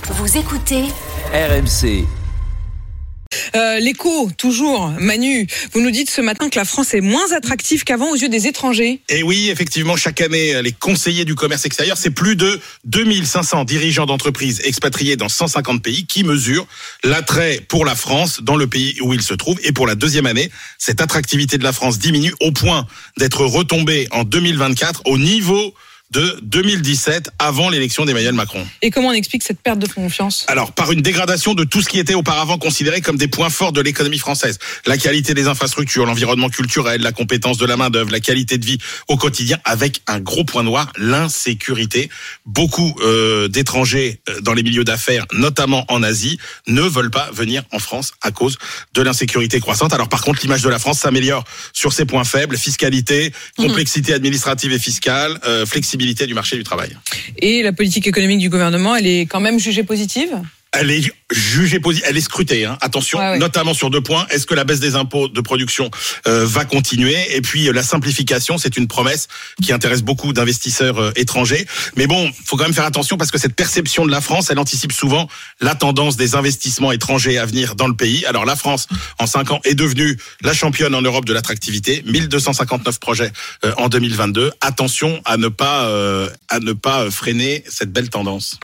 Vous écoutez RMC. L'écho, toujours. Manu, vous nous dites ce matin que la France est moins attractive qu'avant aux yeux des étrangers. Et oui, effectivement, chaque année, les conseillers du commerce extérieur, c'est plus de 2500 dirigeants d'entreprises expatriés dans 150 pays qui mesurent l'attrait pour la France dans le pays où il se trouve. Et pour la deuxième année, cette attractivité de la France diminue au point d'être retombée en 2024 au niveau de 2017, avant l'élection d'Emmanuel Macron. Et comment on explique cette perte de confiance ? Alors, par une dégradation de tout ce qui était auparavant considéré comme des points forts de l'économie française. La qualité des infrastructures, l'environnement culturel, la compétence de la main-d'œuvre, la qualité de vie au quotidien, avec un gros point noir, l'insécurité. Beaucoup d'étrangers dans les milieux d'affaires, notamment en Asie, ne veulent pas venir en France à cause de l'insécurité croissante. Alors, par contre, l'image de la France s'améliore sur ses points faibles, fiscalité, complexité administrative et fiscale, flexibilité du marché du travail. Et la politique économique du gouvernement, elle est quand même jugée positive ? Elle est jugée positive, elle est scrutée. Attention, notamment sur 2 points. Est-ce que la baisse des impôts de production va continuer ? Et puis la simplification, c'est une promesse qui intéresse beaucoup d'investisseurs étrangers. Mais bon, faut quand même faire attention parce que cette perception de la France, elle anticipe souvent la tendance des investissements étrangers à venir dans le pays. Alors la France, en 5 ans, est devenue la championne en Europe de l'attractivité. 1259 projets en 2022. Attention à ne pas freiner cette belle tendance.